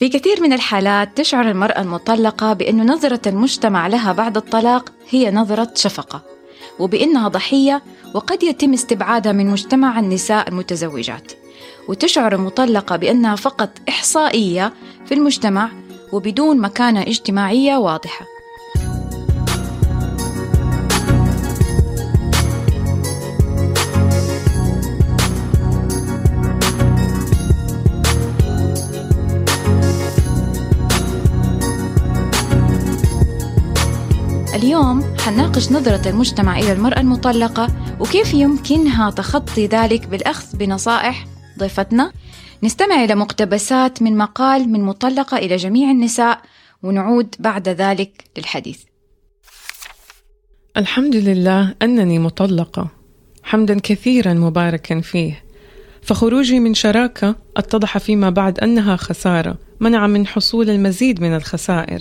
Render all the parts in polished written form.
في كثير من الحالات تشعر المرأة المطلقة بأن نظرة المجتمع لها بعد الطلاق هي نظرة شفقة، وبأنها ضحية وقد يتم استبعادها من مجتمع النساء المتزوجات، وتشعر المطلقة بأنها فقط إحصائية في المجتمع وبدون مكانة اجتماعية واضحة. اليوم حنناقش نظرة المجتمع إلى المرأة المطلقة وكيف يمكنها تخطي ذلك بالأخذ بنصائح ضيفتنا. نستمع إلى مقتبسات من مقال من مطلقة إلى جميع النساء ونعود بعد ذلك للحديث. الحمد لله أنني مطلقة، حمدا كثيرا مباركا فيه، فخروجي من شراكة اتضح فيما بعد أنها خسارة منع من حصول المزيد من الخسائر،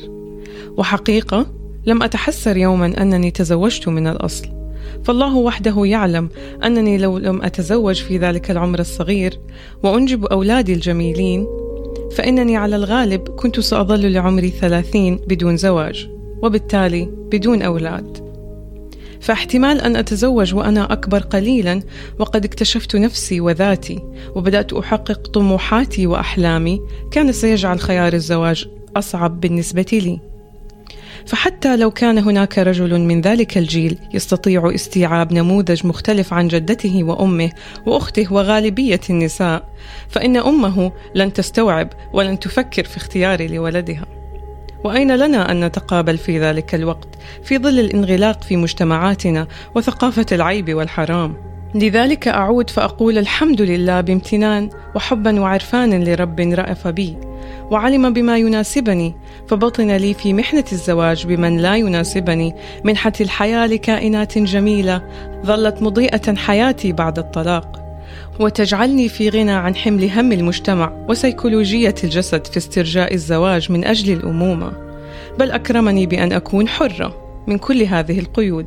وحقيقة لم أتحسر يوما أنني تزوجت من الأصل، فالله وحده يعلم أنني لو لم أتزوج في ذلك العمر الصغير وأنجب أولادي الجميلين فإنني على الغالب كنت سأظل لعمري 30 بدون زواج، وبالتالي بدون أولاد. فاحتمال أن أتزوج وأنا أكبر قليلا وقد اكتشفت نفسي وذاتي وبدأت أحقق طموحاتي وأحلامي كان سيجعل خيار الزواج أصعب بالنسبة لي. فحتى لو كان هناك رجل من ذلك الجيل يستطيع استيعاب نموذج مختلف عن جدته وأمه وأخته وغالبية النساء، فإن أمه لن تستوعب ولن تفكر في اختياري لولدها. وأين لنا أن نتقابل في ذلك الوقت في ظل الانغلاق في مجتمعاتنا وثقافة العيب والحرام؟ لذلك أعود فأقول الحمد لله بامتنان وحبا وعرفانا لرب رأف بي وعلم بما يناسبني، فبطن لي في محنة الزواج بمن لا يناسبني منحة الحياة لكائنات جميلة ظلت مضيئة حياتي بعد الطلاق، وتجعلني في غنى عن حمل هم المجتمع وسيكولوجية الجسد في استرجاء الزواج من أجل الأمومة، بل أكرمني بأن أكون حرة من كل هذه القيود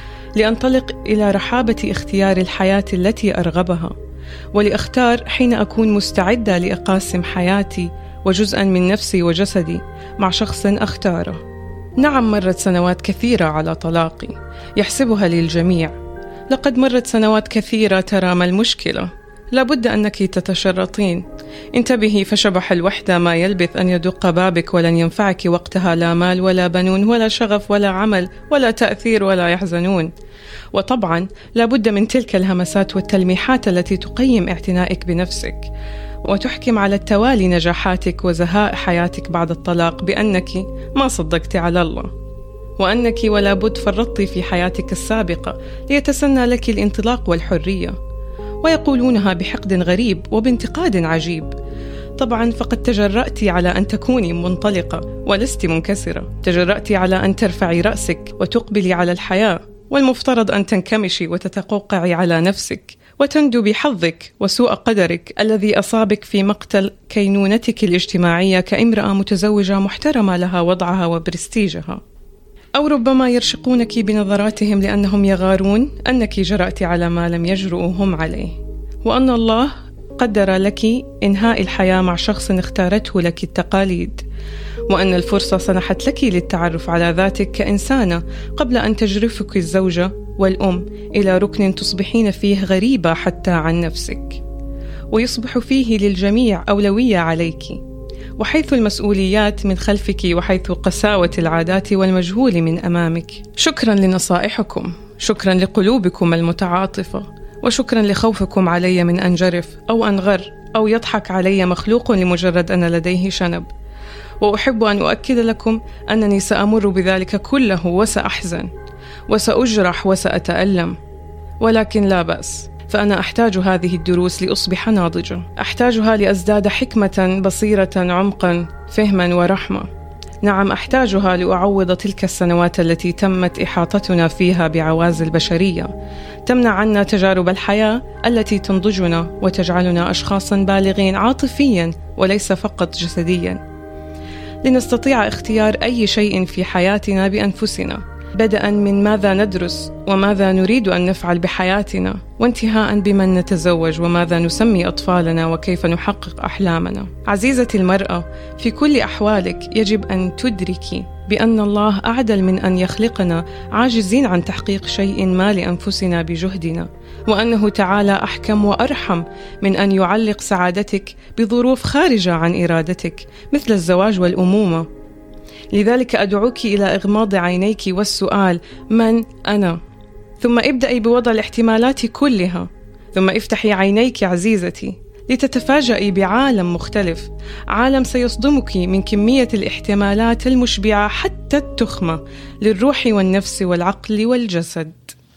لأنطلق إلى رحابة اختيار الحياة التي أرغبها، ولأختار حين أكون مستعدة لأقاسم حياتي وجزءاً من نفسي وجسدي مع شخص أختاره. نعم، مرت سنوات كثيرة على طلاقي يحسبها للجميع. لقد مرت سنوات كثيرة، ترى ما المشكلة؟ لابد أنك تتشرطين. انتبهي، فشبح الوحدة ما يلبث أن يدق بابك ولن ينفعك وقتها لا مال ولا بنون ولا شغف ولا عمل ولا تأثير ولا يحزنون. وطبعا لابد من تلك الهمسات والتلميحات التي تقيم اعتنائك بنفسك وتحكم على التوالي نجاحاتك وزهاء حياتك بعد الطلاق بأنك ما صدقت على الله، وأنك ولا بد فرطتي في حياتك السابقة ليتسنى لك الانطلاق والحرية، ويقولونها بحقد غريب وبانتقاد عجيب. طبعا فقد تجرأت على أن تكوني منطلقة ولست منكسرة، تجرأت على أن ترفعي رأسك وتقبلي على الحياة، والمفترض أن تنكمشي وتتقوقعي على نفسك وتندبي حظك وسوء قدرك الذي أصابك في مقتل كينونتك الاجتماعية كامرأة متزوجة محترمة لها وضعها وبرستيجها. أو ربما يرشقونك بنظراتهم لأنهم يغارون أنك جرأت على ما لم يجرؤوا هم عليه، وأن الله قدر لك إنهاء الحياة مع شخص اختارته لك التقاليد، وأن الفرصة سنحت لك للتعرف على ذاتك كإنسانة قبل أن تجرفك الزوجة والأم إلى ركن تصبحين فيه غريبة حتى عن نفسك، ويصبح فيه للجميع أولوية عليك، وحيث المسؤوليات من خلفك وحيث قساوة العادات والمجهول من أمامك. شكرا لنصائحكم، شكرا لقلوبكم المتعاطفة، وشكرا لخوفكم علي من أنجرف أو أنغر أو يضحك علي مخلوق لمجرد أن لديه شنب. وأحب أن أؤكد لكم أنني سأمر بذلك كله وسأحزن وسأجرح وسأتألم، ولكن لا بأس، فأنا أحتاج هذه الدروس لأصبح ناضجة، أحتاجها لأزداد حكمة، بصيرة، عمقا، فهما ورحمة. نعم، أحتاجها لأعوض تلك السنوات التي تمت إحاطتنا فيها بعوازل بشرية تمنع عنا تجارب الحياة التي تنضجنا وتجعلنا أشخاصا بالغين عاطفيا وليس فقط جسديا، لنستطيع اختيار أي شيء في حياتنا بأنفسنا بدءاً من ماذا ندرس وماذا نريد أن نفعل بحياتنا، وانتهاءً بمن نتزوج وماذا نسمي أطفالنا وكيف نحقق أحلامنا. عزيزتي المرأة، في كل أحوالك يجب أن تدركي بأن الله أعدل من أن يخلقنا عاجزين عن تحقيق شيء ما لأنفسنا بجهدنا، وأنه تعالى أحكم وأرحم من أن يعلق سعادتك بظروف خارجة عن إرادتك مثل الزواج والأمومة. لذلك أدعوك إلى إغماض عينيك والسؤال: من أنا؟ ثم ابدأي بوضع الاحتمالات كلها، ثم افتحي عينيك عزيزتي لتتفاجئي بعالم مختلف، عالم سيصدمك من كمية الاحتمالات المشبعة حتى التخمة للروح والنفس والعقل والجسد.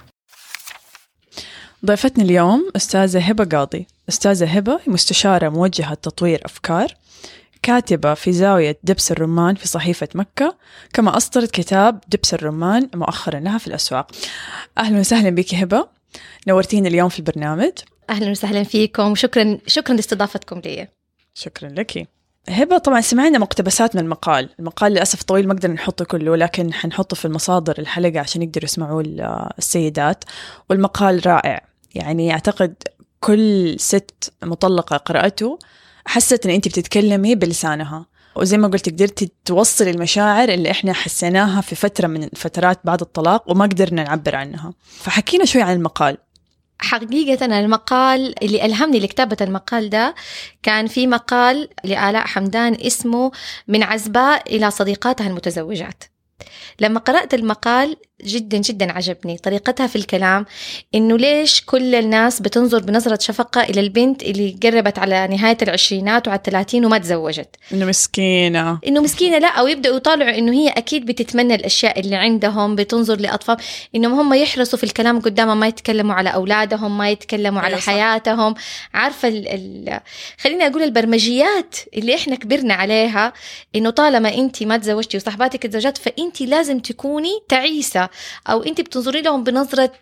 ضيفتنا اليوم أستاذة هبة قاضي. أستاذة هبة مستشارة موجهة تطوير أفكار، كاتبة في زاوية دبس الرمان في صحيفة مكة، كما أصدرت كتاب دبس الرمان مؤخرا لها في الأسواق. أهلا وسهلا بك هبة، نورتين اليوم في البرنامج. أهلا وسهلا فيكم، وشكرا لاستضافتكم لي. شكرا لك هبة. طبعا سمعنا مقتبسات من المقال للأسف طويل ما قدرنا نحطه كله، لكن حنحطه في المصادر الحلقة عشان يقدروا يسمعوا السيدات. والمقال رائع، يعني أعتقد كل ست مطلقة قرأته حست أن أنت بتتكلمي بلسانها، وزي ما قلت قدرتي توصلي المشاعر اللي إحنا حسيناها في فترة من فترات بعد الطلاق وما قدرنا نعبر عنها. فحكينا شوي عن المقال. حقيقة المقال اللي ألهمني لكتابة المقال ده كان في مقال لآلاء حمدان اسمه من عزباء إلى صديقاتها المتزوجات. لما قرأت المقال جدا جدا عجبني طريقتها في الكلام، إنه ليش كل الناس بتنظر بنظرة شفقة إلى البنت اللي قربت على نهاية العشرينات وعلى 30 وما تزوجت، إنه مسكينة لا، أو يبدأوا يطالعوا إنه هي أكيد بتتمنى الأشياء اللي عندهم، بتنظر لأطفال إنهم هم يحرصوا في الكلام قدامهم، ما يتكلموا على أولادهم، ما يتكلموا على حياتهم. عارفة خليني أقول البرمجيات اللي إحنا كبرنا عليها، إنه طالما أنت ما تزوجتي وصحباتك تزوجت فأنت لازم تكوني تعيسة، أو أنت بتنظري لهم بنظرة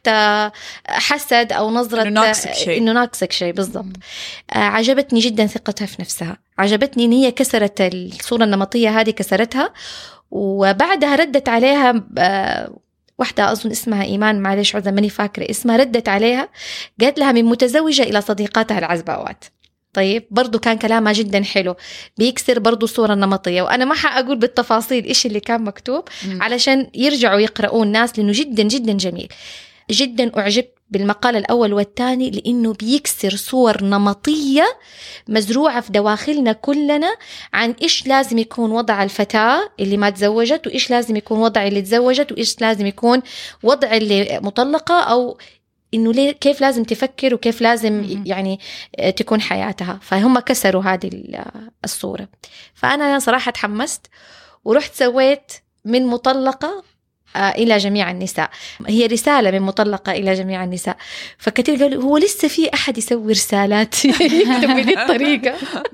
حسد أو نظرة إنه ناقصك شيء بالضبط. عجبتني جدا ثقتها في نفسها، عجبتني إن هي كسرت الصورة النمطية هذه، كسرتها. وبعدها ردت عليها واحدة أظن اسمها إيمان، معلش عذر ماني فاكرة اسمها، ردت عليها قالت لها من متزوجة إلى صديقاتها العزباوات. طيب برضو كان كلامها جدا حلو، بيكسر برضو الصورة النمطية. وأنا ما حأقول بالتفاصيل إيش اللي كان مكتوب علشان يرجعوا يقرؤون الناس، لأنه جدا جدا جميل. جدا أعجبت بالمقال الأول والثاني لأنه بيكسر صور نمطية مزروعة في دواخلنا كلنا عن إيش لازم يكون وضع الفتاة اللي ما تزوجت، وإيش لازم يكون وضع اللي تزوجت، وإيش لازم يكون وضع اللي مطلقة، أو إنه كيف لازم تفكر وكيف لازم يعني تكون حياتها. فهم كسروا هذه الصورة. فأنا صراحة تحمست ورحت سويت من مطلقة إلى جميع النساء. هي رسالة من مطلقة إلى جميع النساء. فكتير قالوا هو لسه في أحد يسوي رسالات يكتب بهذه الطريقة.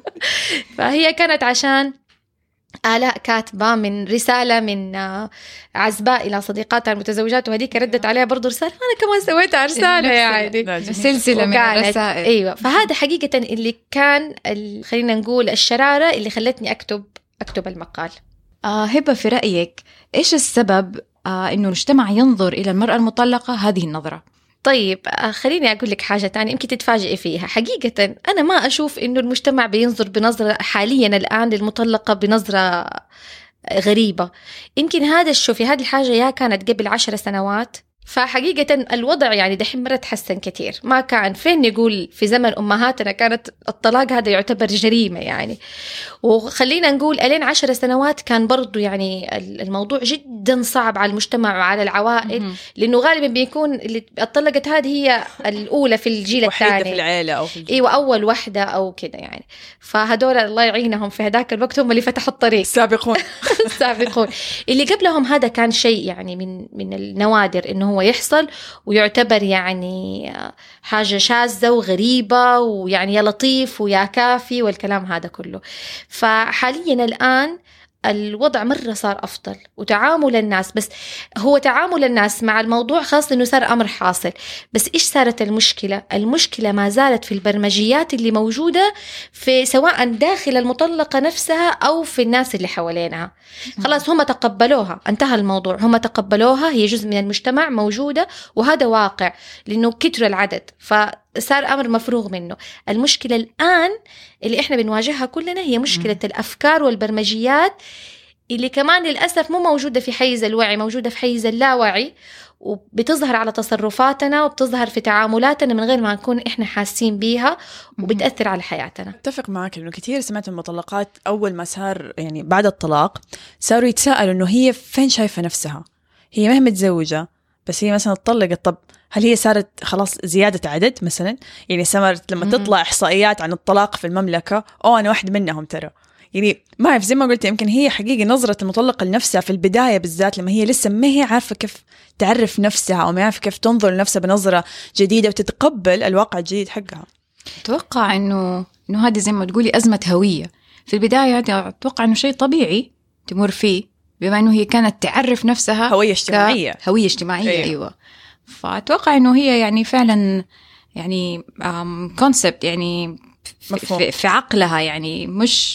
فهي كانت عشان آلاء كاتبة من رسالة من عزباء إلى صديقاتها المتزوجات، وهذيك ردت عليها برضو رسالة، أنا كمان سويتها رسالة يعني سلسلة من الرسائل. أيوة. فهذا حقيقة اللي كان خلينا نقول الشرارة اللي خلتني أكتب المقال. هبة، في رأيك إيش السبب إنه المجتمع ينظر إلى المرأة المطلقة هذه النظرة؟ طيب خليني أقول لك حاجة تانية يمكن تتفاجئي فيها. حقيقة أنا ما أشوف إنه المجتمع بينظر بنظرة حاليا الآن للمطلقة بنظرة غريبة. يمكن هذه الحاجة يا كانت قبل 10 سنوات. فحقيقة الوضع يعني دحين مرة تحسن كتير. ما كان فين نقول في زمن أمهاتنا كانت الطلاق هذا يعتبر جريمة يعني. وخلينا نقول ألين 10 سنوات كان برضو يعني الموضوع جدا صعب على المجتمع وعلى العوائل، لأنه غالبا بيكون اللي اتطلقت هذه هي الأولى في الجيل الثاني في العيلة أو في الجيل. إيوه، أول واحدة أو كده يعني. فهدول الله يعينهم في هداك الوقت هم اللي فتحوا الطريق، السابقون. اللي قبلهم هذا كان شيء يعني من النوادر إنه هو يحصل ويعتبر يعني حاجة شاذة وغريبة ويعني يا لطيف ويا كافي والكلام هذا كله. فحاليا الآن الوضع مرة صار أفضل وتعامل الناس، بس هو تعامل الناس مع الموضوع خاص إنه صار أمر حاصل. بس إيش صارت المشكلة؟ المشكلة ما زالت في البرمجيات اللي موجودة في سواء داخل المطلقة نفسها أو في الناس اللي حوالينها. خلاص هم تقبلوها، انتهى الموضوع، هم تقبلوها، هي جزء من المجتمع موجودة وهذا واقع لأنه كتر العدد فصار أمر مفروغ منه. المشكلة الآن اللي إحنا بنواجهها كلنا هي مشكلة الأفكار والبرمجيات اللي كمان للأسف مو موجودة في حيز الوعي، موجودة في حيز اللاوعي، وبتظهر على تصرفاتنا وبتظهر في تعاملاتنا من غير ما نكون إحنا حاسين بيها، وبتأثر على حياتنا. اتفق معك إنه كثير سمعت المطلقات أول ما صار يعني بعد الطلاق صاروا يتساءلوا إنه هي فين شايفة نفسها، هي مهما متزوجة بس هي مثلا اتطلقت، طب هل هي صارت خلاص زيادة عدد مثلا؟ يعني صارت لما تطلع إحصائيات عن الطلاق في المملكة أنا واحد منهم ترى. يعني ما أعرف، زي ما قلت يمكن هي حقيقة نظرة المطلقة لنفسها في البداية بالذات لما هي لسه ما هي عارفة كيف تعرف نفسها أو ما عارفة كيف تنظر لنفسها بنظرة جديدة وتتقبل الواقع الجديد حقها. أتوقع إنه هذه زي ما تقولي أزمة هوية في البداية. أتوقع إنه شيء طبيعي تمر فيه بما إنه هي كانت تعرف نفسها هوية اجتماعية. هوية اجتماعية أيوة. فأتوقع إنه هي يعني فعلا يعني كونسبت يعني في عقلها، يعني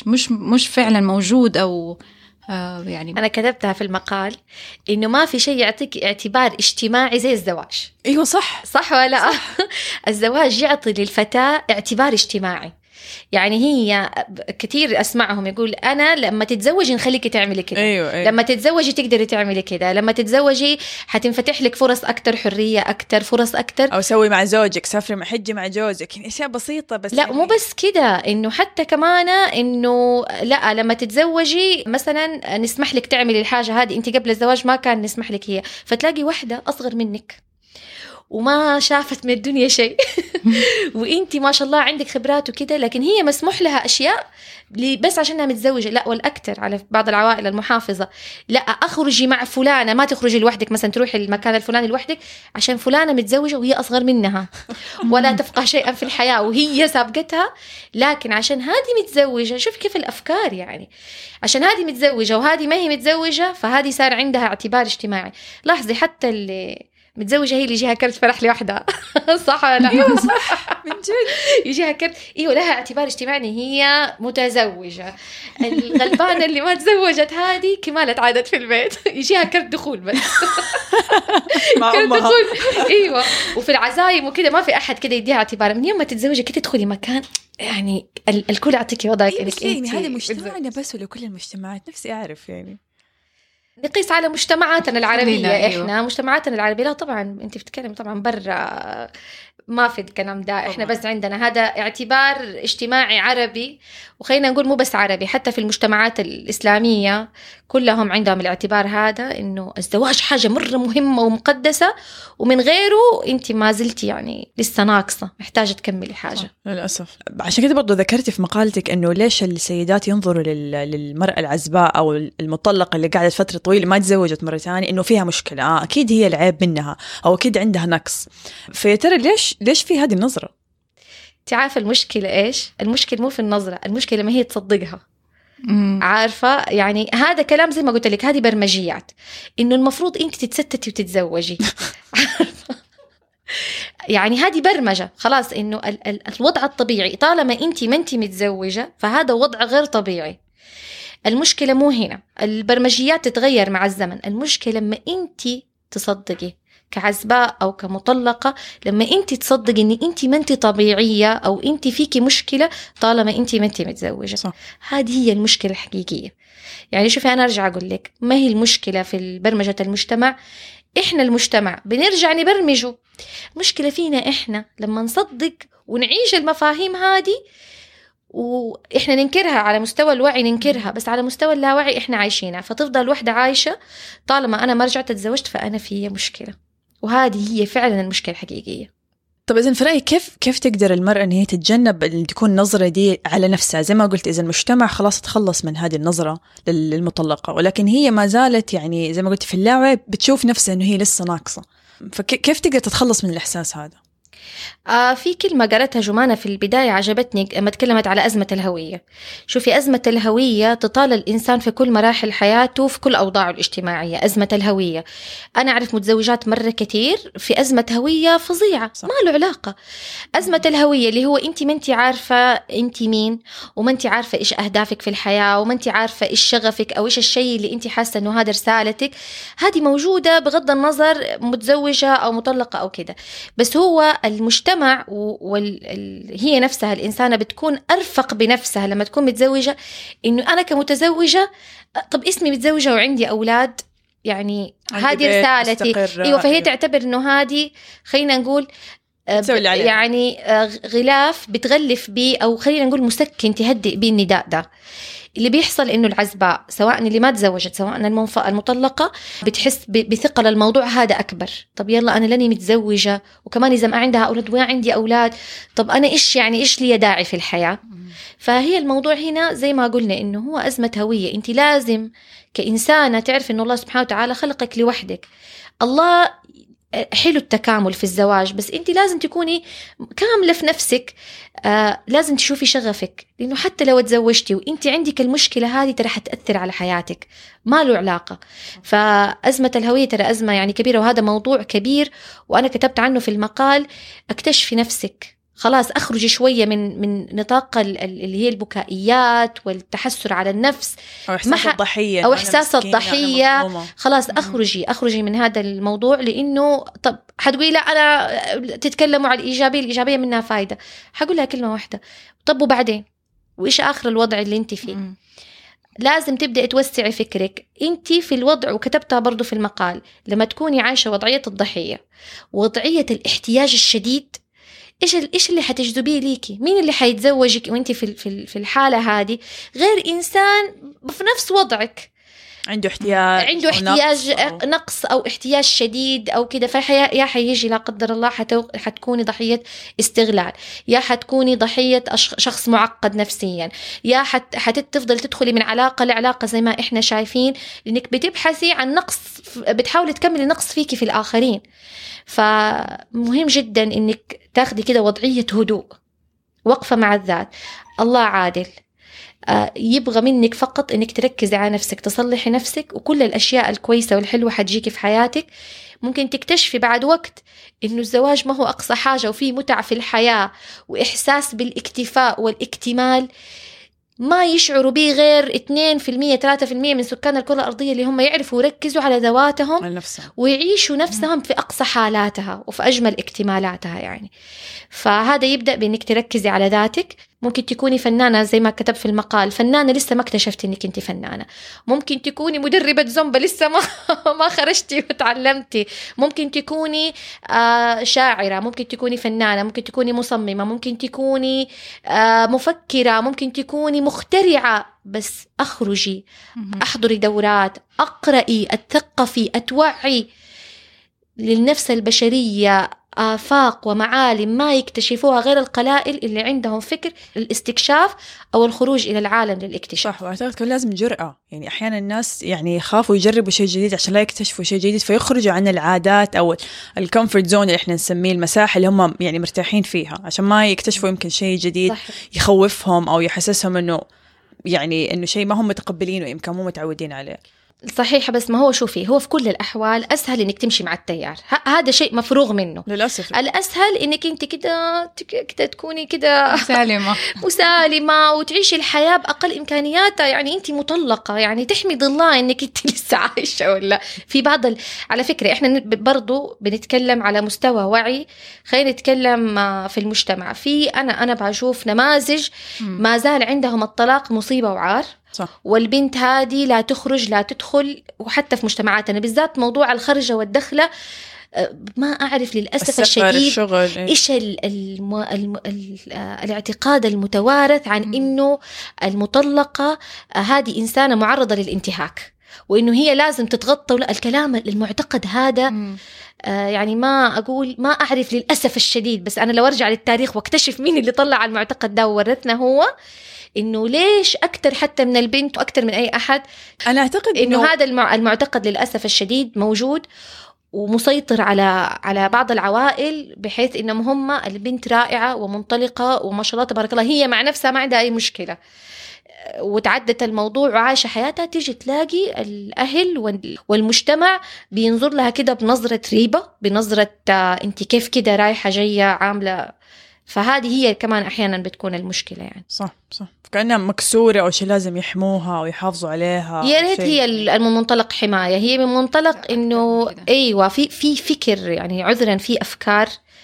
مش فعلا موجود أو يعني. أنا كتبتها في المقال إنه ما في شيء يعطيك اعتبار اجتماعي زي الزواج. أيوة صح ولا لا؟ الزواج يعطي للفتاة اعتبار اجتماعي. يعني هي كتير أسمعهم يقول أنا لما تتزوجي نخليكي تعملي كده. أيوة. لما تتزوجي تقدري تعملي كده، لما تتزوجي حتنفتح لك فرص أكتر، حرية أكتر، فرص أكتر. أو سوي مع زوجك، سافري مع حجي مع جوزك، يعني أشياء بسيطة. بس لا مو بس كده، إنه حتى كمان إنه لا لما تتزوجي مثلا نسمح لك تعملي الحاجة هذه أنت قبل الزواج ما كان نسمح لك هي، فتلاقي واحدة أصغر منك وما شافت من الدنيا شيء وإنتي ما شاء الله عندك خبرات وكده، لكن هي مسموح لها أشياء بس عشانها متزوجة. لا والأكثر على بعض العوائل المحافظة، لا أخرجي مع فلانة، ما تخرجي لوحدك مثلا تروحي المكان الفلاني لوحدك عشان فلانة متزوجة وهي أصغر منها ولا تفقه شيئا في الحياة وهي سابقتها، لكن عشان هذه متزوجة. شوف كيف الأفكار، يعني عشان هذه متزوجة وهذه ما هي متزوجة فهذه صار عندها اعتبار اجتماعي. لاحظي حتى اللي متزوجة هي اللي يجيها كرت فرح لوحدها صح ولا لا؟ أيوة صح من جد يجيها كرت إيوه لها اعتبار اجتماعي هي متزوجة. الغلبانة اللي ما تزوجت هذه كمالة عادت في البيت يجيها كرت دخول بس كرت دخول. إيوه وفي العزايم وكده ما في أحد كده يديها اعتبار. من يوم ما تتزوجي كده تدخلي مكان يعني الكل يعطيكي وضعك إنك يعني هذا مجتمعنا بس ولا كل المجتمعات؟ نفسي أعرف يعني نقيس على مجتمعاتنا العربية. أيوه. إحنا مجتمعاتنا العربية لا طبعا أنت بتتكلم طبعا برا ما في الكلام ده. إحنا بس عندنا هذا اعتبار اجتماعي عربي، وخلينا نقول مو بس عربي، حتى في المجتمعات الإسلامية كلهم عندهم الاعتبار هذا إنه الزواج حاجة مرة مهمة ومقدسة، ومن غيره أنت ما زلتي يعني لسه ناقصة، محتاجة تكملي حاجة. للأسف. عشان كده برضو ذكرتي في مقالتك إنه ليش السيدات ينظروا للمرأة العزباء أو المطلقة اللي قاعدة فترة طويلة ما تزوجت مرة ثانية إنه فيها مشكلة، أكيد هي العيب منها أو أكيد عندها نقص. فيترى ليش في هذه النظرة؟ تعرف المشكلة إيش؟ المشكلة مو في النظرة، المشكلة ما هي تصدقها. عارفة يعني هذا كلام زي ما قلت لك، هذه برمجيات إنه المفروض أنت تتستتي وتتزوجي يعني هذه برمجة خلاص، إنه الوضع الطبيعي طالما أنت ما أنت متزوجة فهذا وضع غير طبيعي. المشكلة مو هنا، البرمجيات تتغير مع الزمن. المشكلة لما أنت تصدقي كعزباء أو كمطلقة، لما أنت تصدقي أن أنت ما أنت طبيعية أو أنت فيكي مشكلة طالما أنت ما أنت متزوجة. صح. هذه هي المشكلة الحقيقية. يعني شوفي أنا أرجع أقول لك ما هي المشكلة في برمجة المجتمع، إحنا المجتمع بنرجع نبرمجه. مشكلة فينا إحنا لما نصدق ونعيش المفاهيم هذه، وإحنا ننكرها على مستوى الوعي، ننكرها بس على مستوى اللاوعي إحنا عايشينها، فتفضل واحدة عايشة طالما أنا ما رجعت اتزوجت فأنا في مشكلة. وهذه هي فعلا المشكلة الحقيقية. طب إذن في رأيك كيف تقدر المرأة إن هي تتجنب أن تكون النظرة دي على نفسها؟ زي ما قلت إذا المجتمع خلاص تخلص من هذه النظرة للمطلقة، ولكن هي ما زالت يعني زي ما قلت في اللاوعي بتشوف نفسها إنه هي لسه ناقصة، فكيف تقدر تتخلص من الإحساس هذا؟ في كلمة قالتها جمانة في البداية عجبتني لما تكلمت على أزمة الهوية. شوفي، أزمة الهوية تطال الإنسان في كل مراحل حياته في كل أوضاعه الاجتماعية. أزمة الهوية، أنا أعرف متزوجات مرة كتير في أزمة هوية فظيعة، ما له علاقة. أزمة الهوية اللي هو أنت ما أنت عارفة أنت مين، وما أنت عارفة إيش أهدافك في الحياة، وما أنت عارفة إيش شغفك أو إيش الشيء اللي أنت حاسة أنه هذا رسالتك. هذه موجودة بغض النظر متزوجة أو مطلقة أو كده. بس هو المجتمع هي نفسها الإنسانة بتكون أرفق بنفسها لما تكون متزوجة، إنه أنا كمتزوجة طب اسمي متزوجة وعندي أولاد، يعني هذه رسالتي. أيوة، فهي تعتبر إنه هذه خلينا نقول يعني غلاف بتغلف بيه، أو خلينا نقول مسكن تهدئ بيه النداء ده. اللي بيحصل إنه العزباء سواء اللي ما تزوجت سواء المطلقة بتحس بثقل الموضوع هذا أكبر. طب يلا أنا لاني متزوجة، وكمان إذا ما عندها أولاد ويا عندي أولاد، طب أنا إيش لي داعي في الحياة؟ فهي الموضوع هنا زي ما قلنا إنه هو أزمة هوية. أنت لازم كإنسانة تعرف إنه الله سبحانه وتعالى خلقك لوحدك. الله حلو التكامل في الزواج، بس انت لازم تكوني كاملة في نفسك. لازم تشوفي شغفك، لأنه حتى لو تزوجتي وانت عندك المشكلة هذه ترى حتأثر على حياتك، ما له علاقة. فأزمة الهوية ترى أزمة يعني كبيرة، وهذا موضوع كبير وأنا كتبت عنه في المقال. اكتشفي نفسك، خلاص أخرجي شوية من نطاق اللي هي البكائيات والتحسر على النفس أو إحساس الضحية، أو إحساس الضحية. خلاص أخرجي من هذا الموضوع، لأنه طب حتقولي لا أنا تتكلموا على الإيجابية منها فايدة. حقول لها كلمة واحدة، طب وبعدين وإيش آخر الوضع اللي أنت فيه؟ لازم تبدأ توسعي فكرك. أنت في الوضع، وكتبتها برضو في المقال، لما تكوني عايشة وضعية الضحية، وضعية الاحتياج الشديد، إيش اللي حتجذبيه ليكي؟ مين اللي حيتزوجك وانتي في الحالة هذه غير إنسان في نفس وضعك، عنده احتياج نقص أو احتياج شديد أو كده. يا حيجي لا قدر الله حتكوني ضحية استغلال، يا حتكوني ضحية شخص معقد نفسيا، يا حتفضل تدخلي من علاقة لعلاقة زي ما إحنا شايفين، لأنك بتبحثي عن نقص، بتحاولي تكملي نقص فيكي في الآخرين. فمهم جدا إنك تاخدي كده وضعية هدوء، وقفة مع الذات. الله عادل، يبغى منك فقط إنك تركزي على نفسك، تصلحي نفسك، وكل الأشياء الكويسة والحلوة حتجيكي في حياتك. ممكن تكتشفي بعد وقت إنه الزواج ما هو أقصى حاجة، وفيه متعة في الحياة وإحساس بالاكتفاء والاكتمال ما يشعروا به غير 2% 3% من سكان الكرة الأرضية، اللي هم يعرفوا يركزوا على ذواتهم ويعيشوا نفسهم في أقصى حالاتها وفي أجمل اكتمالاتها يعني. فهذا يبدأ بأنك تركزي على ذاتك. ممكن تكوني فنانة زي ما كتب في المقال، فنانة لسه ما اكتشفتي انك انت فنانة. ممكن تكوني مدربة زومبا لسه ما خرجتي وتعلمتي. ممكن تكوني شاعرة، ممكن تكوني فنانة، ممكن تكوني مصممة، ممكن تكوني مفكرة، ممكن تكوني مخترعة. بس اخرجي، احضري دورات، اقرأي، اتثقفي، اتوعي. للنفس البشرية آفاق ومعالم ما يكتشفوها غير القلائل اللي عندهم فكر الاستكشاف أو الخروج إلى العالم للاكتشاف. صح، وأعتقد كان لازم جرأة. يعني أحيانا الناس يعني يخافوا يجربوا شيء جديد عشان لا يكتشفوا شيء جديد، فيخرجوا عن العادات أو الكومفورت زون اللي إحنا نسميه، المساحة اللي هم يعني مرتاحين فيها، عشان ما يكتشفوا يمكن شيء جديد صح. يخوفهم أو يحسسهم إنه يعني إنه شيء ما هم متقبلينه، يمكن مو متعودين عليه. صحيح، بس ما هو شوفي، هو في كل الأحوال أسهل إنك تمشي مع التيار، هذا شيء مفروغ منه للأسف. الأسهل إنك أنت كده تكوني كده مسالمة وتعيشي الحياة بأقل إمكانياتها. يعني أنت مطلقة، يعني تحمد الله إنك أنت لسه عايشة. ولا في بعض على فكرة إحنا برضو بنتكلم على مستوى وعي، خلينا نتكلم في المجتمع. في أنا بشوف نماذج ما زال عندهم الطلاق مصيبة وعار صح. والبنت هذه لا تخرج لا تدخل. وحتى في مجتمعاتنا بالذات موضوع الخرجة والدخلة، ما أعرف للأسف الشديد إيش الاعتقاد المتوارث عن إنه المطلقة هذه إنسانة معرضة للانتهاك، وإنه هي لازم تتغطى. ولا الكلام المعتقد هذا يعني ما أعرف للأسف الشديد. بس أنا لو أرجع للتاريخ واكتشف مين اللي طلع على المعتقد ده وورثنا، هو إنه ليش أكتر حتى من البنت وأكتر من أي أحد. أنا أعتقد إنه هذا المعتقد للأسف الشديد موجود، ومسيطر على بعض العوائل، بحيث إنهم هم البنت رائعة ومنطلقة وما شاء الله تبارك الله، هي مع نفسها ما عندها أي مشكلة وتعدت الموضوع وعايشة حياتها، تيجي تلاقي الأهل والمجتمع بينظر لها كده بنظرة ريبة، بنظرة أنت كيف كده رايحة جاية عاملة. فهذه هي كمان أحيانا بتكون المشكلة يعني. صح كأنها مكسورة أو شيء لازم يحموها ويحافظوا عليها. يا ريت هي من منطلق حماية، هي من منطلق إنه أيوة في فكر يعني عذرا في أفكار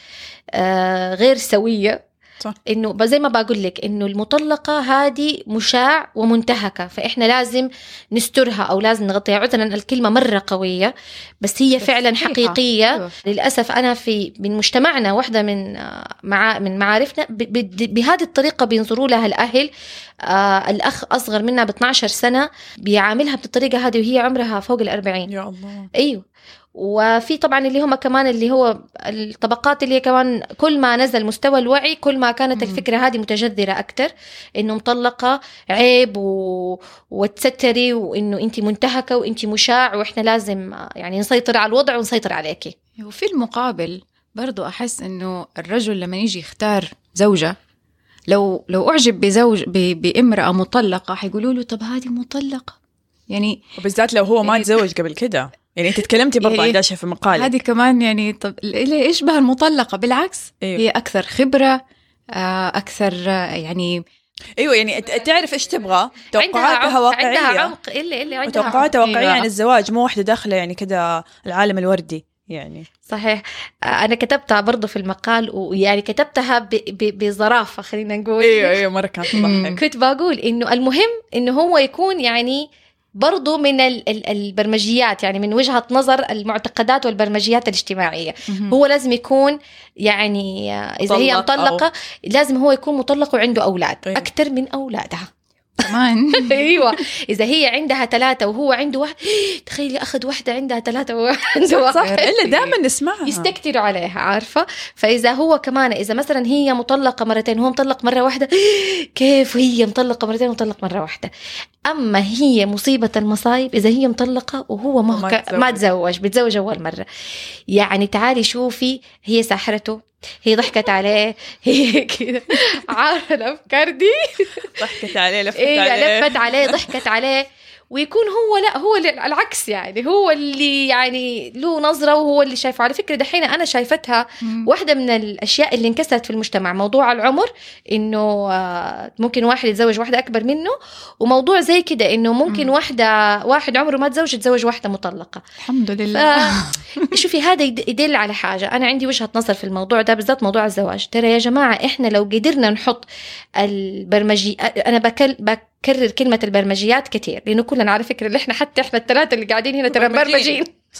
غير سوية. صح. إنه زي ما بقول لك إنه المطلقة هذه مشاع ومنتهكة، فإحنا لازم نسترها أو لازم نغطيها. عذرا الكلمة مرة قوية بس هي فعلا حقيقية. للأسف أنا من مجتمعنا واحدة من معارفنا بهذه الطريقة بينظروا لها الأهل. الأخ أصغر منها ب12 سنة بيعاملها بالطريقة هذه وهي عمرها فوق 40. يا الله. أيوه. وفي طبعا اللي هم كمان اللي هو الطبقات اللي كمان كل ما نزل مستوى الوعي كل ما كانت الفكرة هذه متجذرة أكتر، إنه مطلقة عيب وتستري وإنه أنت منتهكة وأنت مشاع وإحنا لازم يعني نسيطر على الوضع ونسيطر عليكي. وفي المقابل برضو أحس إنه الرجل لما يجي يختار زوجة، لو أعجب بامرأة مطلقة حيقولوا له طب هذه مطلقة يعني، وبالذات لو هو ما تزوج قبل كده. يعني انت تكلمتي برضه عن داشة في مقالك هذه كمان يعني. طب ليه يشبه المطلقة؟ بالعكس. أيوه. هي أكثر خبرة، أكثر يعني ايوه يعني تعرف ايش تبغى، توقعاتها واقعية، عندها عمق اللي عندها توقعاتها واقعية عن الزواج، مو واحدة داخلة يعني كده العالم الوردي يعني. صحيح. أنا كتبتها برضو في المقال ويعني كتبتها بظرافة خلينا نقول. ايوه مرة كانت تضحك. كنت بقول إنه المهم إنه هو يكون يعني برضو من البرمجيات، يعني من وجهة نظر المعتقدات والبرمجيات الاجتماعية. هو لازم يكون يعني إذا هي مطلقة لازم هو يكون مطلق وعنده أولاد أكتر من أولادها كمان. أيوة. إذا هي عندها 3 وهو عنده 1، تخيلي أخذ واحدة عندها 3 وعنده 1. إلا دائما نسمعها يستكتروا عليها، عارفة. فإذا هو كمان إذا مثلا هي مطلقة مرتين وهو مطلق مرة واحدة، كيف هي مطلقة مرتين ومطلق مرة واحدة. أما هي مصيبة المصايب إذا هي مطلقة وهو ما تزوج، بتزوج أول مرة. يعني تعالي شوفي، هي ساحرته، هي ضحكت عليه، هي كده عارفة الأفكار دي. ضحكت عليه، لفت عليه، ضحكت عليه. ويكون هو لا، هو العكس، يعني هو اللي يعني له نظرة وهو اللي شايفه. على فكرة دحين أنا شايفتها واحدة من الأشياء اللي انكسرت في المجتمع، موضوع العمر، إنه ممكن واحد يتزوج واحدة أكبر منه، وموضوع زي كده إنه ممكن واحد عمره ما تزوج واحدة مطلقة. الحمد لله. شوفي هذا يدل على حاجة. أنا عندي وجهة نظر في الموضوع ده بالذات، موضوع الزواج. ترى يا جماعة إحنا لو قدرنا نحط البرمجي، أنا بكرر كلمة البرمجيات كتير لأنه كلنا على فكرة اللي حتى إحنا ال3 اللي قاعدين هنا ترى مبرمجين.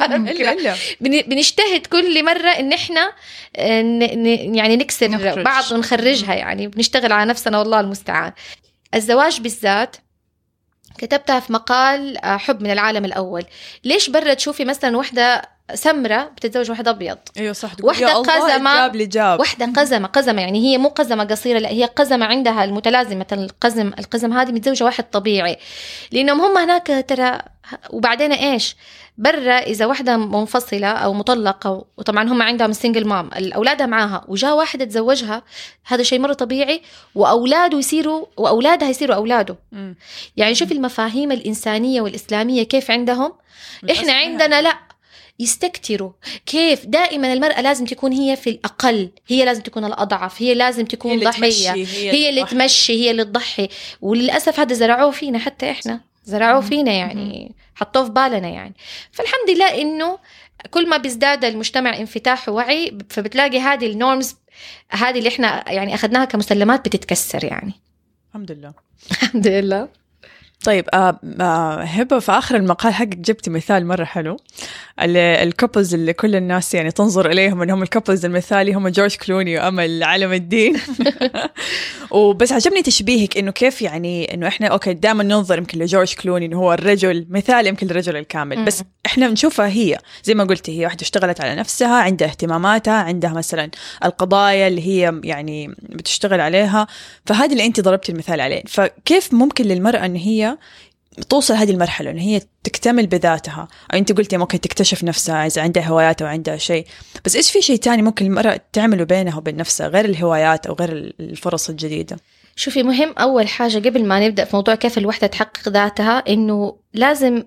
بنجتهد كل مرة إن إحنا يعني نكسر بعض ونخرجها، يعني بنشتغل على نفسنا والله المستعان. الزواج بالذات كتبتها في مقال حب من العالم الأول. ليش برا تشوفي مثلا واحدة سمرة بتتزوج واحد أبيض؟ أيوة صح. واحدة قزمة، واحدة قزمة يعني هي مو قزمة قصيرة، لا هي قزمة عندها المتلازمة القزم هذه متزوجة واحد طبيعي، لأنهم هم هناك ترى. وبعدين إيش برا إذا واحدة منفصلة أو مطلقة، وطبعا هم عندهم سينجل مام، الأولادها معاها، وجاء واحد يتزوجها، هذا شيء مرة طبيعي، وأولادها يصيروا أولاده. يعني شوف المفاهيم الإنسانية والإسلامية كيف عندهم. إحنا عندنا لا، يستكتروا. كيف دائما المرأة لازم تكون هي في الأقل، هي لازم تكون الأضعف، هي لازم تكون ضحية، هي اللي تمشي، هي اللي تضحي. وللأسف هذا زرعوه فينا، حتى إحنا زرعوه فينا، يعني حطوه في بالنا يعني. فالحمد لله إنه كل ما بيزداد المجتمع انفتاح ووعي، فبتلاقي هذه النورمز هذه اللي إحنا يعني أخذناها كمسلمات بتتكسر يعني. الحمد لله. الحمد لله. طيب هبة، في آخر المقال حقك جبتي مثال مرة حلو، الكوبلز اللي كل الناس يعني تنظر إليهم أنهم الكوبلز المثالي هم جورج كلوني وأمل علم الدين. وبس عجبني تشبيهك إنه كيف يعني إنه إحنا أوكي دائما ننظر يمكن لجورج كلوني إنه هو الرجل مثال، يمكن الرجل الكامل، بس إحنا بنشوفها هي زي ما قلتي، هي واحدة اشتغلت على نفسها، عندها اهتماماتها، عندها مثلا القضايا اللي هي يعني بتشتغل عليها، فهذا اللي أنت ضربتي المثال عليه. فكيف ممكن للمرأة إن هي توصل هذه المرحلة إن هي تكتمل بذاتها، أو أنت قلتي ممكن تكتشف نفسها إذا عندها هوايات أو عندها شيء، بس إيش في شيء تاني ممكن المرأة تعمله بينها وبين نفسها غير الهوايات أو غير الفرص الجديدة؟ شوفي، مهم أول حاجة قبل ما نبدأ في موضوع كيف الوحدة تحقق ذاتها، إنه لازم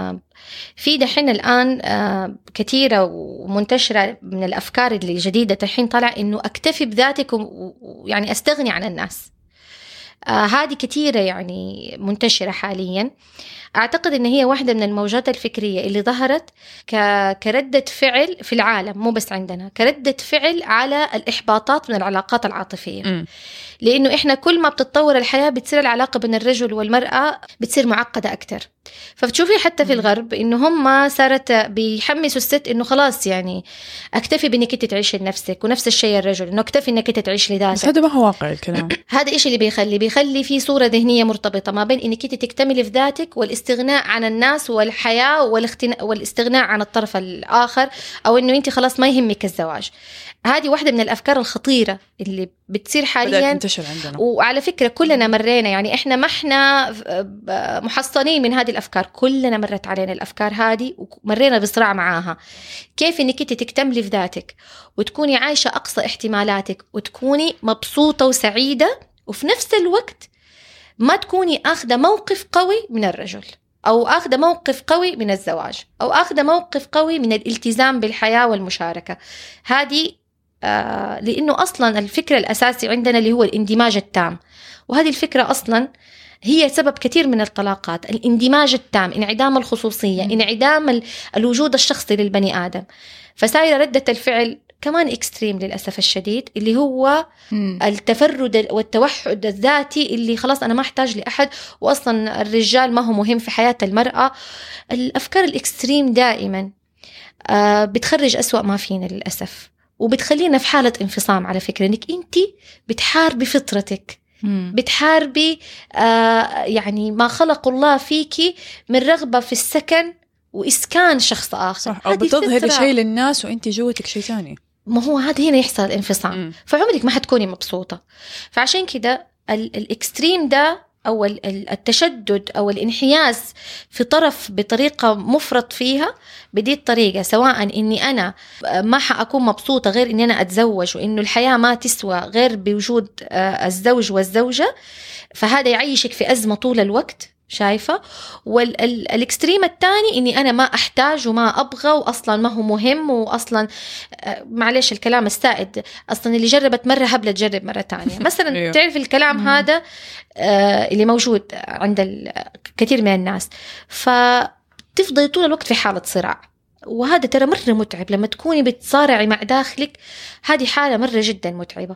في دحين الآن كثيرة ومنتشرة من الأفكار اللي جديدة دحين طلع إنه أكتفي بذاتك ويعني أستغني عن الناس. هذه كثيرة يعني منتشرة حاليا. أعتقد إن هي واحدة من الموجات الفكرية اللي ظهرت كردة فعل في العالم، مو بس عندنا، كردة فعل على الإحباطات من العلاقات العاطفية. لأنه إحنا كل ما بتتطور الحياة بتصير العلاقة بين الرجل والمرأة بتصير معقدة أكتر. فبتشوفي حتى في الغرب إنه هم صارت بيحمسوا الست إنه خلاص يعني أكتفي بإنك أنت تعيش لنفسك، ونفس الشيء الرجل إنه أكتفي إنك أنت تعيش لذاتك. بس هذا ما هو واقع الكلام. هذا إيش اللي بيخلي في صورة ذهنية مرتبطة ما بين إنك أنت تكتملي في ذاتك والاستغناء عن الناس والحياة والاستغناء عن الطرف الآخر، أو إنه أنت خلاص ما يهمك الزواج. هذه واحدة من الأفكار الخطيرة اللي بتصير حاليا. وعلى فكرة كلنا مرينا، يعني إحنا ما إحنا محصنين من هذه الأفكار، كلنا مرت علينا الأفكار هذه ومرينا بصراع معاها. كيف إنك أنت تكتملي في ذاتك وتكوني عايشة أقصى احتمالاتك وتكوني مبسوطة وسعيدة، وفي نفس الوقت ما تكوني أخذ موقف قوي من الرجل، أو أخذ موقف قوي من الزواج، أو أخذ موقف قوي من الالتزام بالحياة والمشاركة. هذه لأنه أصلا الفكرة الأساسي عندنا اللي هو الاندماج التام، وهذه الفكرة أصلا هي سبب كثير من الطلاقات. الاندماج التام، انعدام الخصوصية، انعدام الوجود الشخصي للبني آدم. فسايرة ردة الفعل كمان إكستريم للأسف الشديد، اللي هو التفرد والتوحد الذاتي، اللي خلاص أنا ما أحتاج لأحد، وأصلا الرجال ما هو مهم في حياة المرأة. الأفكار الإكستريم دائما بتخرج أسوأ ما فينا للأسف، وبتخلينا في حالة انفصام. على فكرة إنك أنت بتحاربي فطرتك، بتحاربي يعني ما خلق الله فيكي من رغبة في السكن وإسكان شخص آخر. صح. أو بتظهري شيء للناس وإنت جوتك شيء ثاني. ما هو هذا هنا يحصل الانفصام. فعمرك ما حتكوني مبسوطة. فعشان كده الإكستريم ده أو التشدد أو الانحياز في طرف بطريقة مفرط فيها بدي الطريقة، سواء إني أنا ما حأكون مبسوطة غير إني أنا أتزوج، وإنه الحياة ما تسوى غير بوجود الزوج والزوجة، فهذا يعيشك في أزمة طول الوقت. شايفة؟ والإكستريم الثاني إني أنا ما أحتاج وما أبغى، وأصلا ما هو مهم، وأصلا معلش الكلام السائد، أصلا اللي جربت مرة هبلة تجرب مرة تانية مثلا. تعرف الكلام هذا اللي موجود عند كثير من الناس، فتفضل طول الوقت في حالة صراع. وهذا ترى مرة متعب لما تكوني بتصارعي مع داخلك، هذه حالة مرة جدا متعبة.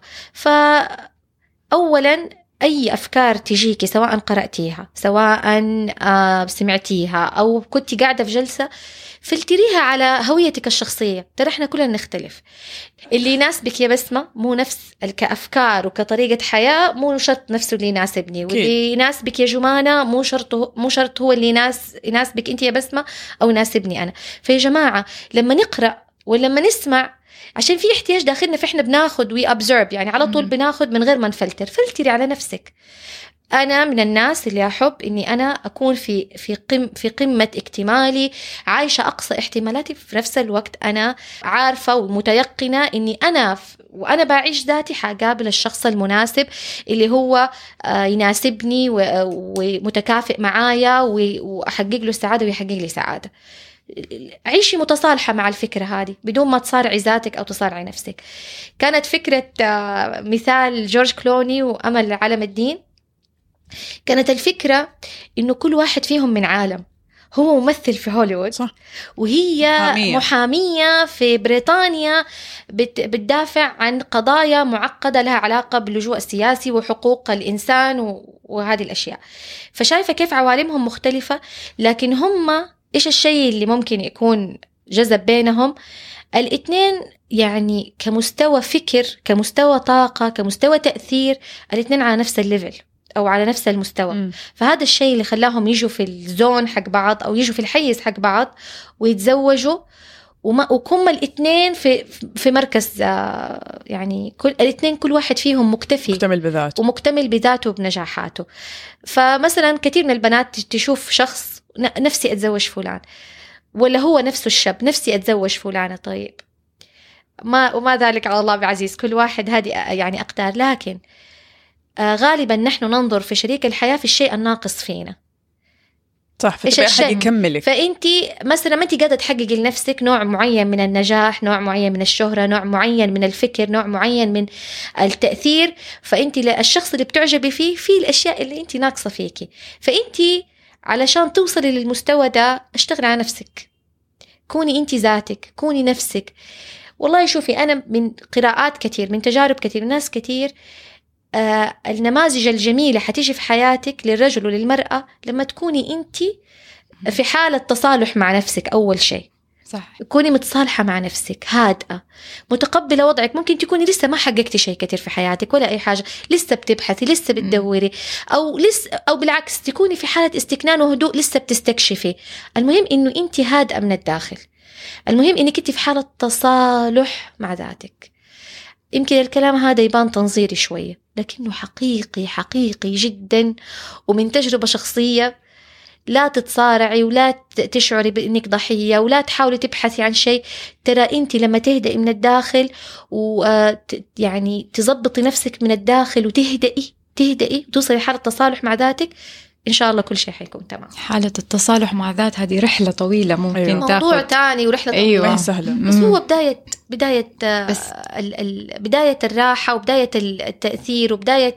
فأولا أي أفكار تجيكي سواء قرأتيها سواء سمعتيها أو كنت قاعدة في جلسة، فلتريها على هويتك الشخصية. ترى احنا كلنا نختلف. اللي يناسبك يا بسمة مو نفس كأفكار وكطريقة حياة مو شرط نفسه اللي يناسبني، واللي يناسبك يا جمانة مو شرط هو اللي يناسبك انت يا بسمة أو يناسبني أنا. فيا جماعة لما نقرأ ولما نسمع، عشان في احتياج داخلنا، فإحنا بناخد observe، يعني على طول بناخد من غير ما نفلتر. فلتري على نفسك. أنا من الناس اللي أحب إني أنا أكون في قمة اكتمالي، عايشة أقصى احتمالاتي، في نفس الوقت أنا عارفة ومتيقنة إني أنا وأنا بعيش ذاتي حقابل الشخص المناسب اللي هو يناسبني ومتكافئ معايا وأحقق له السعادة ويحقق لي سعادة. عيشي متصالحة مع الفكرة هذه بدون ما تصارعي ذاتك أو تصارعي نفسك. كانت فكرة مثال جورج كلوني وأمل علم الدين، كانت الفكرة إنه كل واحد فيهم من عالم. هو ممثل في هوليوود، صح، وهي محامية في بريطانيا بتدافع عن قضايا معقدة لها علاقة باللجوء السياسي وحقوق الإنسان وهذه الأشياء. فشايفة كيف عوالمهم مختلفة، لكن هم إيش الشيء اللي ممكن يكون جذب بينهم؟ الاثنين يعني كمستوى فكر، كمستوى طاقة، كمستوى تأثير، الاثنين على نفس الليفل أو على نفس المستوى. فهذا الشيء اللي خلاهم يجوا في الزون حق بعض أو يجوا في الحيز حق بعض ويتزوجوا وكم الاثنين في مركز، يعني الاثنين كل واحد فيهم مكتمل بذاته ومكتمل بذاته وبنجاحاته. فمثلا كثير من البنات تشوف شخص نفسي أتزوج فلان، ولا هو نفسه الشاب نفسي أتزوج فلانة. طيب وما ذلك على الله بعزيز، كل واحد هذه يعني أقدار. لكن غالبا نحن ننظر في شريك الحياة في الشيء الناقص فينا. صح، فتبقى أحد يكملك. فأنتي مثلا ما أنتي قاعدة تحققي لنفسك نوع معين من النجاح، نوع معين من الشهرة، نوع معين من الفكر، نوع معين من التأثير. فأنتي الشخص اللي بتعجبي فيه الأشياء اللي أنتي ناقصة فيكي. فأنتي علشان توصلي للمستوى ده اشتغلي على نفسك، كوني أنتي ذاتك، كوني نفسك. والله شوفي، أنا من قراءات كتير، من تجارب كتير، ناس كتير، النماذج الجميلة حتيجي في حياتك للرجل وللمرأة لما تكوني أنتي في حالة تصالح مع نفسك. أول شيء صح، كوني متصالحة مع نفسك، هادئة، متقبلة وضعك. ممكن تكوني لسه ما حققتي شيء كتير في حياتك ولا أي حاجة، لسه بتبحثي، لسه بتدوري، أو بالعكس تكوني في حالة استكنان وهدوء، لسه بتستكشفي. المهم إنه أنتي هادئة من الداخل، المهم إنك أنتي في حالة تصالح مع ذاتك. يمكن الكلام هذا يبان تنظيري شوية، لكنه حقيقي جدا، ومن تجربة شخصية. لا تتصارعي ولا تشعري بأنك ضحية ولا تحاولي تبحثي عن شيء. ترى أنت لما تهدئي من الداخل ويعني تزبطي نفسك من الداخل وتهدئي وتوصلي حالة تصالح مع ذاتك، إن شاء الله كل شيء حيكون تمام. حالة التصالح مع ذات هذه رحلة طويلة ممكن أيوة. موضوع تاني ورحلة طويلة. أيوة. سهلة. بس هو بداية بداية الراحة وبداية التأثير وبداية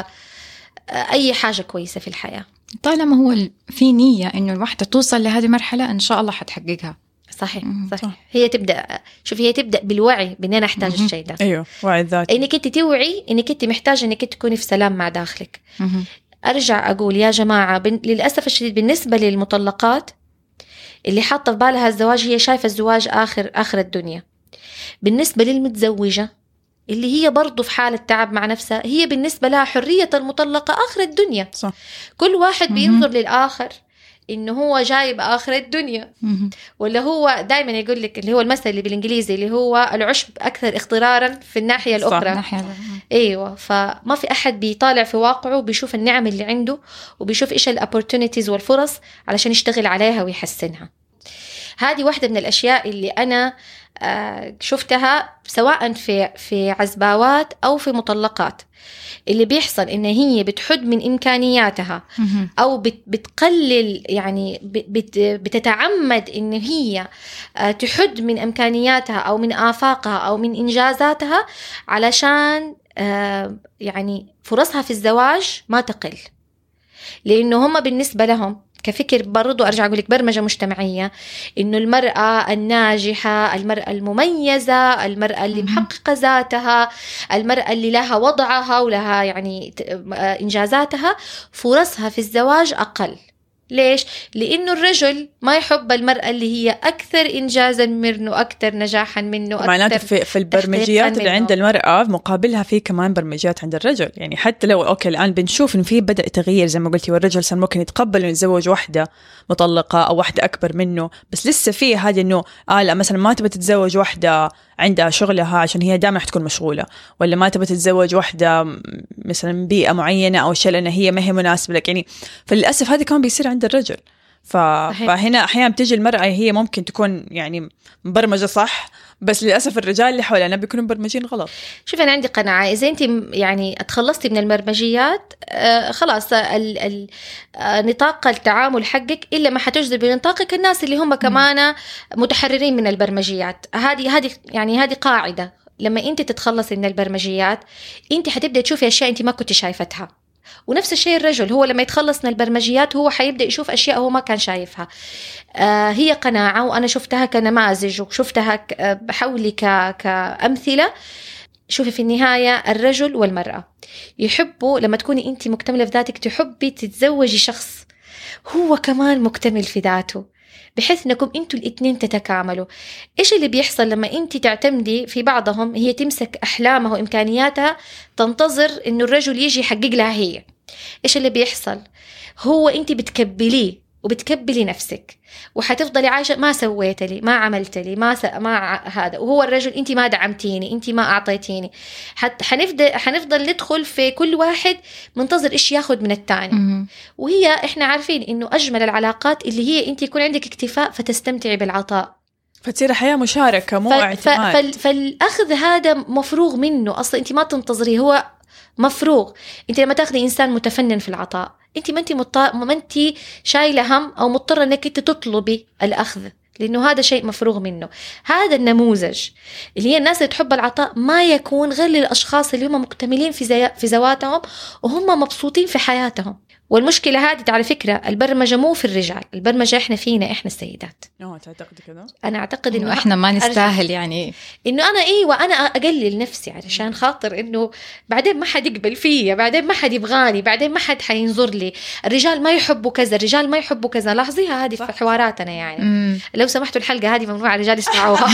أي حاجة كويسة في الحياة. طالما هو في نية إنه الواحدة توصل لهذه المرحلة إن شاء الله حتحققها. صحيح. هي تبدأ بالوعي بأن أنا أحتاج الشيء ده. أيوة، وعي الذات، إنك أنت توعي إنك أنت محتاجة إنك تكوني في سلام مع داخلك. أرجع أقول يا جماعة، للأسف الشديد بالنسبة للمطلقات اللي حاطة في بالها الزواج، هي شايفة الزواج آخر الدنيا. بالنسبة للمتزوجة اللي هي برضو في حالة تعب مع نفسها، هي بالنسبة لها حرية المطلقة آخر الدنيا. صح. كل واحد بينظر للآخر إنه هو جايب آخر الدنيا، ولا هو دايما يقول لك اللي هو المثل اللي بالإنجليزي اللي هو العشب أكثر اخترارا في الناحية الأخرى. أيوة. فما في أحد بيطالع في واقعه وبيشوف النعم اللي عنده وبيشوف إيش الأوبورتونيتيز والفرص علشان يشتغل عليها ويحسنها. هذه واحدة من الأشياء اللي أنا شفتها سواء في عزباوات أو في مطلقات. اللي بيحصل إن هي بتحد من إمكانياتها أو بتقلل، يعني بتتعمد إن هي تحد من إمكانياتها أو من آفاقها أو من إنجازاتها علشان يعني فرصها في الزواج ما تقل. لأنه هم بالنسبة لهم كفكر، برضو أرجع أقول لك برمجة مجتمعية، إنه المرأة الناجحة، المرأة المميزة، المرأة اللي محققة ذاتها، المرأة اللي لها وضعها ولها يعني إنجازاتها، فرصها في الزواج أقل. ليش؟ لأنه الرجل ما يحب المرأة اللي هي أكثر إنجازا منه، أكثر نجاحا منه. معناته في البرمجيات اللي عند المرأة مقابلها في كمان برمجيات عند الرجل. يعني حتى لو أوكي الآن بنشوف إن في بدأ تغيير زي ما قلتي، والرجل صار ممكن يتقبل إنه يتزوج واحدة مطلقة أو واحدة أكبر منه، بس لسه في هذه إنه لا مثلا ما تبى تتزوج واحدة عندها شغلها عشان هي دائما حتكون مشغولة، ولا ما تبى تتزوج واحدة مثلا بيئة معينة أو شيء لأن هي ما هي مناسبة لك. يعني فللأسف هذا كمان بيصير عند الرجل. فهنا أحيانا بتيجي المرأة هي ممكن تكون يعني مبرمجة صح، بس للأسف الرجال اللي حولنا بيكونوا مبرمجين غلط. شوف، أنا عندي قناعة إذا أنت يعني اتخلصتي من البرمجيات خلاص نطاق التعامل حقك إلا ما حتجذب بنطاقك الناس اللي هم كمان متحررين من البرمجيات. هذه قاعدة. لما أنت تتخلصي من البرمجيات أنت حتبدأ تشوفي أشياء أنت ما كنت شايفتها. ونفس الشيء الرجل، هو لما يتخلص من البرمجيات هو حيبدأ يشوف أشياء هو ما كان شايفها. هي قناعة وأنا شفتها كنماذج وشفتها بحولي كأمثلة. شوفي في النهاية الرجل والمرأة يحبوا لما تكوني أنت مكتملة في ذاتك تحبي تتزوجي شخص هو كمان مكتمل في ذاته، بحيث أنكم أنتوا الاثنين تتكاملوا. إيش اللي بيحصل لما أنت تعتمدي في بعضهم؟ هي تمسك أحلامها وإمكانياتها تنتظر أنه الرجل يجي يحقق لها هي. إيش اللي بيحصل؟ هو أنت بتكبليه وبتكبلي نفسك وحتفضلي عايشة ما سويت لي، ما عملت لي، هذا، وهو الرجل أنت ما دعمتيني، أنت ما أعطيتيني. حنفضل ندخل في كل واحد منتظر إيش ياخد من التاني. وهي إحنا عارفين إنه أجمل العلاقات اللي هي أنت يكون عندك اكتفاء فتستمتعي بالعطاء، فتصير حياة مشاركة مو اعتماد. فالأخذ هذا مفروغ منه أصلا، أنت ما تنتظريه، هو مفروغ. أنت لما تاخذي إنسان متفنن في العطاء أنت ما أنت شايلة هم أو مضطرة أنك أنت تطلبي الأخذ، لأنه هذا شيء مفروغ منه. هذا النموذج اللي هي الناس اللي تحب العطاء ما يكون غير للأشخاص اللي هم مكتملين في ذواتهم وهم مبسوطين في حياتهم. والمشكلة هذه على فكرة البرمجة مو في الرجال، البرمجة إحنا فينا إحنا السيدات. تعتقد كذا؟ أنا أعتقد إنه إحنا ما نستاهل، يعني إنه أنا وأنا أقلل نفسي علشان خاطر إنه بعدين ما حد يقبل فيا، بعدين ما حد يبغاني، بعدين ما حد حينظر لي، الرجال ما يحبوا كذا، الرجال ما يحبوا كذا. لاحظيها هذه في حواراتنا يعني. لو سمحتوا الحلقة هذه ممنوع الرجال يسمعوها.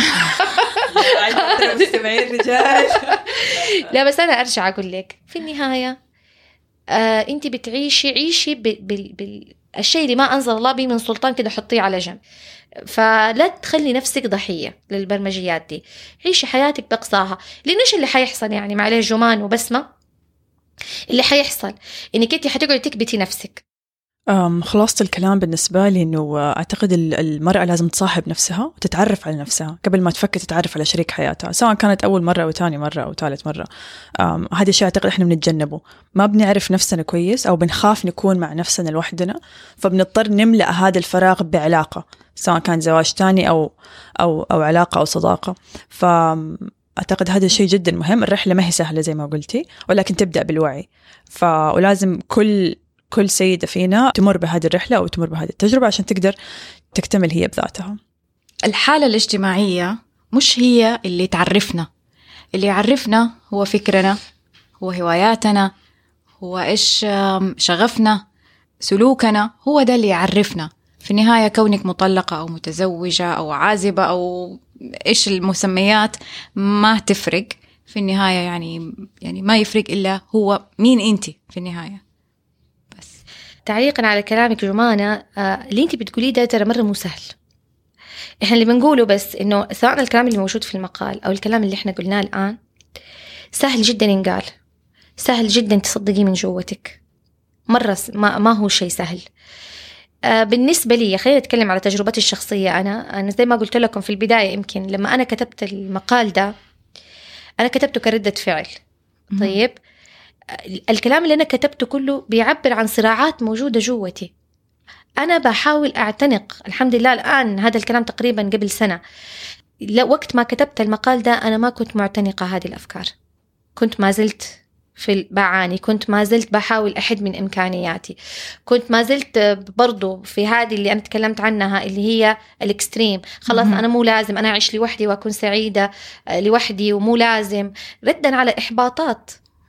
مستمعين رجال. لا بس أنا أرجع أقول لك في النهاية أنت عيشي بالشيء اللي ما أنزل الله به من سلطان كده، حطيه على جنب. فلا تخلي نفسك ضحية للبرمجيات دي، عيشي حياتك بقصاها. لأنه إيش اللي حيحصل يعني معليه جمان وبسمة؟ اللي حيحصل إنك أنت حتقعدي تكبتي نفسك. خلاصة الكلام بالنسبة لي إنه أعتقد المرأة لازم تصاحب نفسها وتتعرف على نفسها قبل ما تفكر تتعرف على شريك حياتها، سواء كانت أول مرة أو تاني مرة أو ثالث مرة. هذا الشيء أعتقد إحنا بنتجنبه، ما بنعرف نفسنا كويس أو بنخاف نكون مع نفسنا لوحدنا، فبنضطر نملأ هذا الفراغ بعلاقة، سواء كان زواج تاني أو علاقة أو صداقة. فأعتقد هذا الشيء جدا مهم. الرحلة ما هي سهلة زي ما قلتي، ولكن تبدأ بالوعي. ولازم كل سيدة فينا تمر بهذه الرحلة أو تمر بهذه التجربة عشان تقدر تكتمل هي بذاتها. الحالة الاجتماعية مش هي اللي تعرفنا، اللي يعرفنا هو فكرنا، هو هواياتنا، هو إيش شغفنا، سلوكنا، هو ده اللي يعرفنا. في النهاية كونك مطلقة أو متزوجة أو عازبة أو إيش المسميات ما تفرق في النهاية، يعني ما يفرق إلا هو مين أنتي في النهاية. تعليقا على كلامك جمانة، اللي انت بتقوليه ده ترى مرة مو سهل. احنا اللي بنقوله بس انه سواء الكلام اللي موجود في المقال او الكلام اللي احنا قلناه الان سهل جدا ينقال، سهل جدا تصدقيه من جوتك، مرة ما هو شيء سهل. بالنسبة لي خلينا نتكلم على تجربتي الشخصية. أنا زي ما قلت لكم في البداية، يمكن لما أنا كتبت المقال ده أنا كتبته كردة فعل. طيب الكلام اللي أنا كتبته كله بيعبر عن صراعات موجودة جوتي. أنا بحاول أعتنق، الحمد لله الآن هذا الكلام تقريبا قبل سنة. وقت ما كتبت المقال ده أنا ما كنت معتنقة هذه الأفكار، كنت ما زلت بعاني، كنت ما زلت بحاول أحد من إمكانياتي، كنت ما زلت برضو في هذه اللي أنا تكلمت عنها اللي هي الإكستريم. خلاص أنا مو لازم أنا أعيش لوحدي وأكون سعيدة لوحدي، ومو لازم، ردا على إحباطات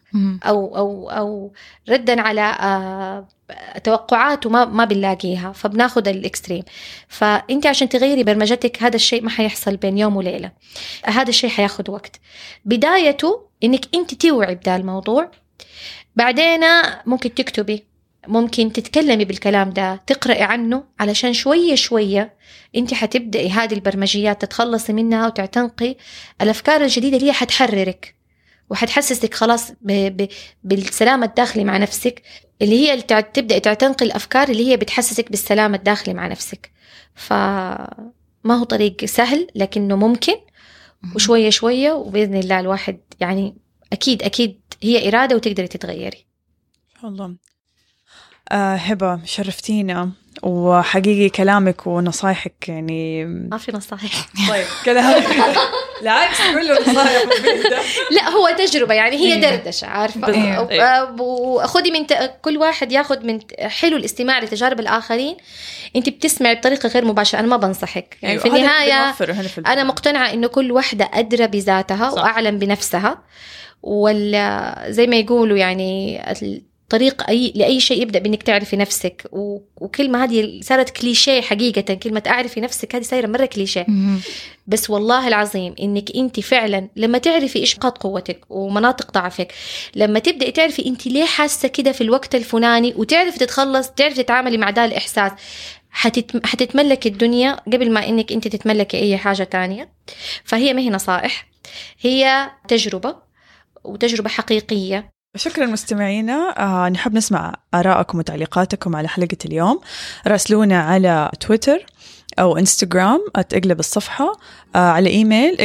أو ردا على توقعات وما بنلاقيها، فبناخد الإكستريم. فأنت عشان تغيري برمجتك هذا الشيء ما حيحصل بين يوم وليلة، هذا الشيء حياخد وقت. بدايته إنك أنت توعي بدا الموضوع، بعدين ممكن تكتبي، ممكن تتكلمي بالكلام ده، تقرأي عنه، علشان شوية شوية أنت حتبدأي هذه البرمجيات تتخلصي منها وتعتنقي الأفكار الجديدة اللي هي حتحررك وحتحسسك خلاص بالسلام الداخلي مع نفسك، اللي هي تبدأ تعتنقي الأفكار اللي هي بتحسسك بالسلام الداخلي مع نفسك. فما هو طريق سهل لكنه ممكن، وشوية شوية، وبإذن الله الواحد يعني أكيد هي إرادة وتقدري تتغيري. والله هبة شرفتينا، وحقيقي كلامك ونصايحك يعني ما في نصايح. طيب كلامك العكس كله نصايح مفيدة. لا هو تجربة يعني، هي دردشة عارفة، وخذي من كل واحد ياخذ من حلو الاستماع لتجارب الآخرين. انت بتسمعي بطريقة غير مباشرة، أنا ما بنصحك يعني. في النهاية أنا مقتنعة إنه كل واحدة أدرى بذاتها وأعلم بنفسها، ولا زي ما يقولوا يعني طريق لأي شيء يبدأ بأنك تعرفي نفسك. وكلمة هذه صارت كليشيه حقيقة، كلمة أعرفي نفسك هذه صايرة مرة كليشيه. بس والله العظيم إنك أنت فعلا لما تعرفي إيش نقاط قوتك ومناطق ضعفك، لما تبدأ تعرفي أنت ليه حاسة كده في الوقت الفلاني، وتعرفي تعرفي تتعاملي مع ده الإحساس، حتتملك الدنيا قبل ما إنك أنت تتملكي أي حاجة تانية. فهي ما هي نصائح، هي تجربة، وتجربة حقيقية. شكرا مستمعينا، نحب نسمع آراءكم وتعليقاتكم على حلقة اليوم. راسلونا على تويتر أو إنستغرام @اقلب الصفحة، على إيميل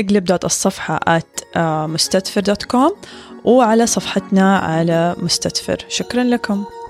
اقلب.الصفحة @مستدفر.com، وعلى صفحتنا على مستدفر. شكرا لكم.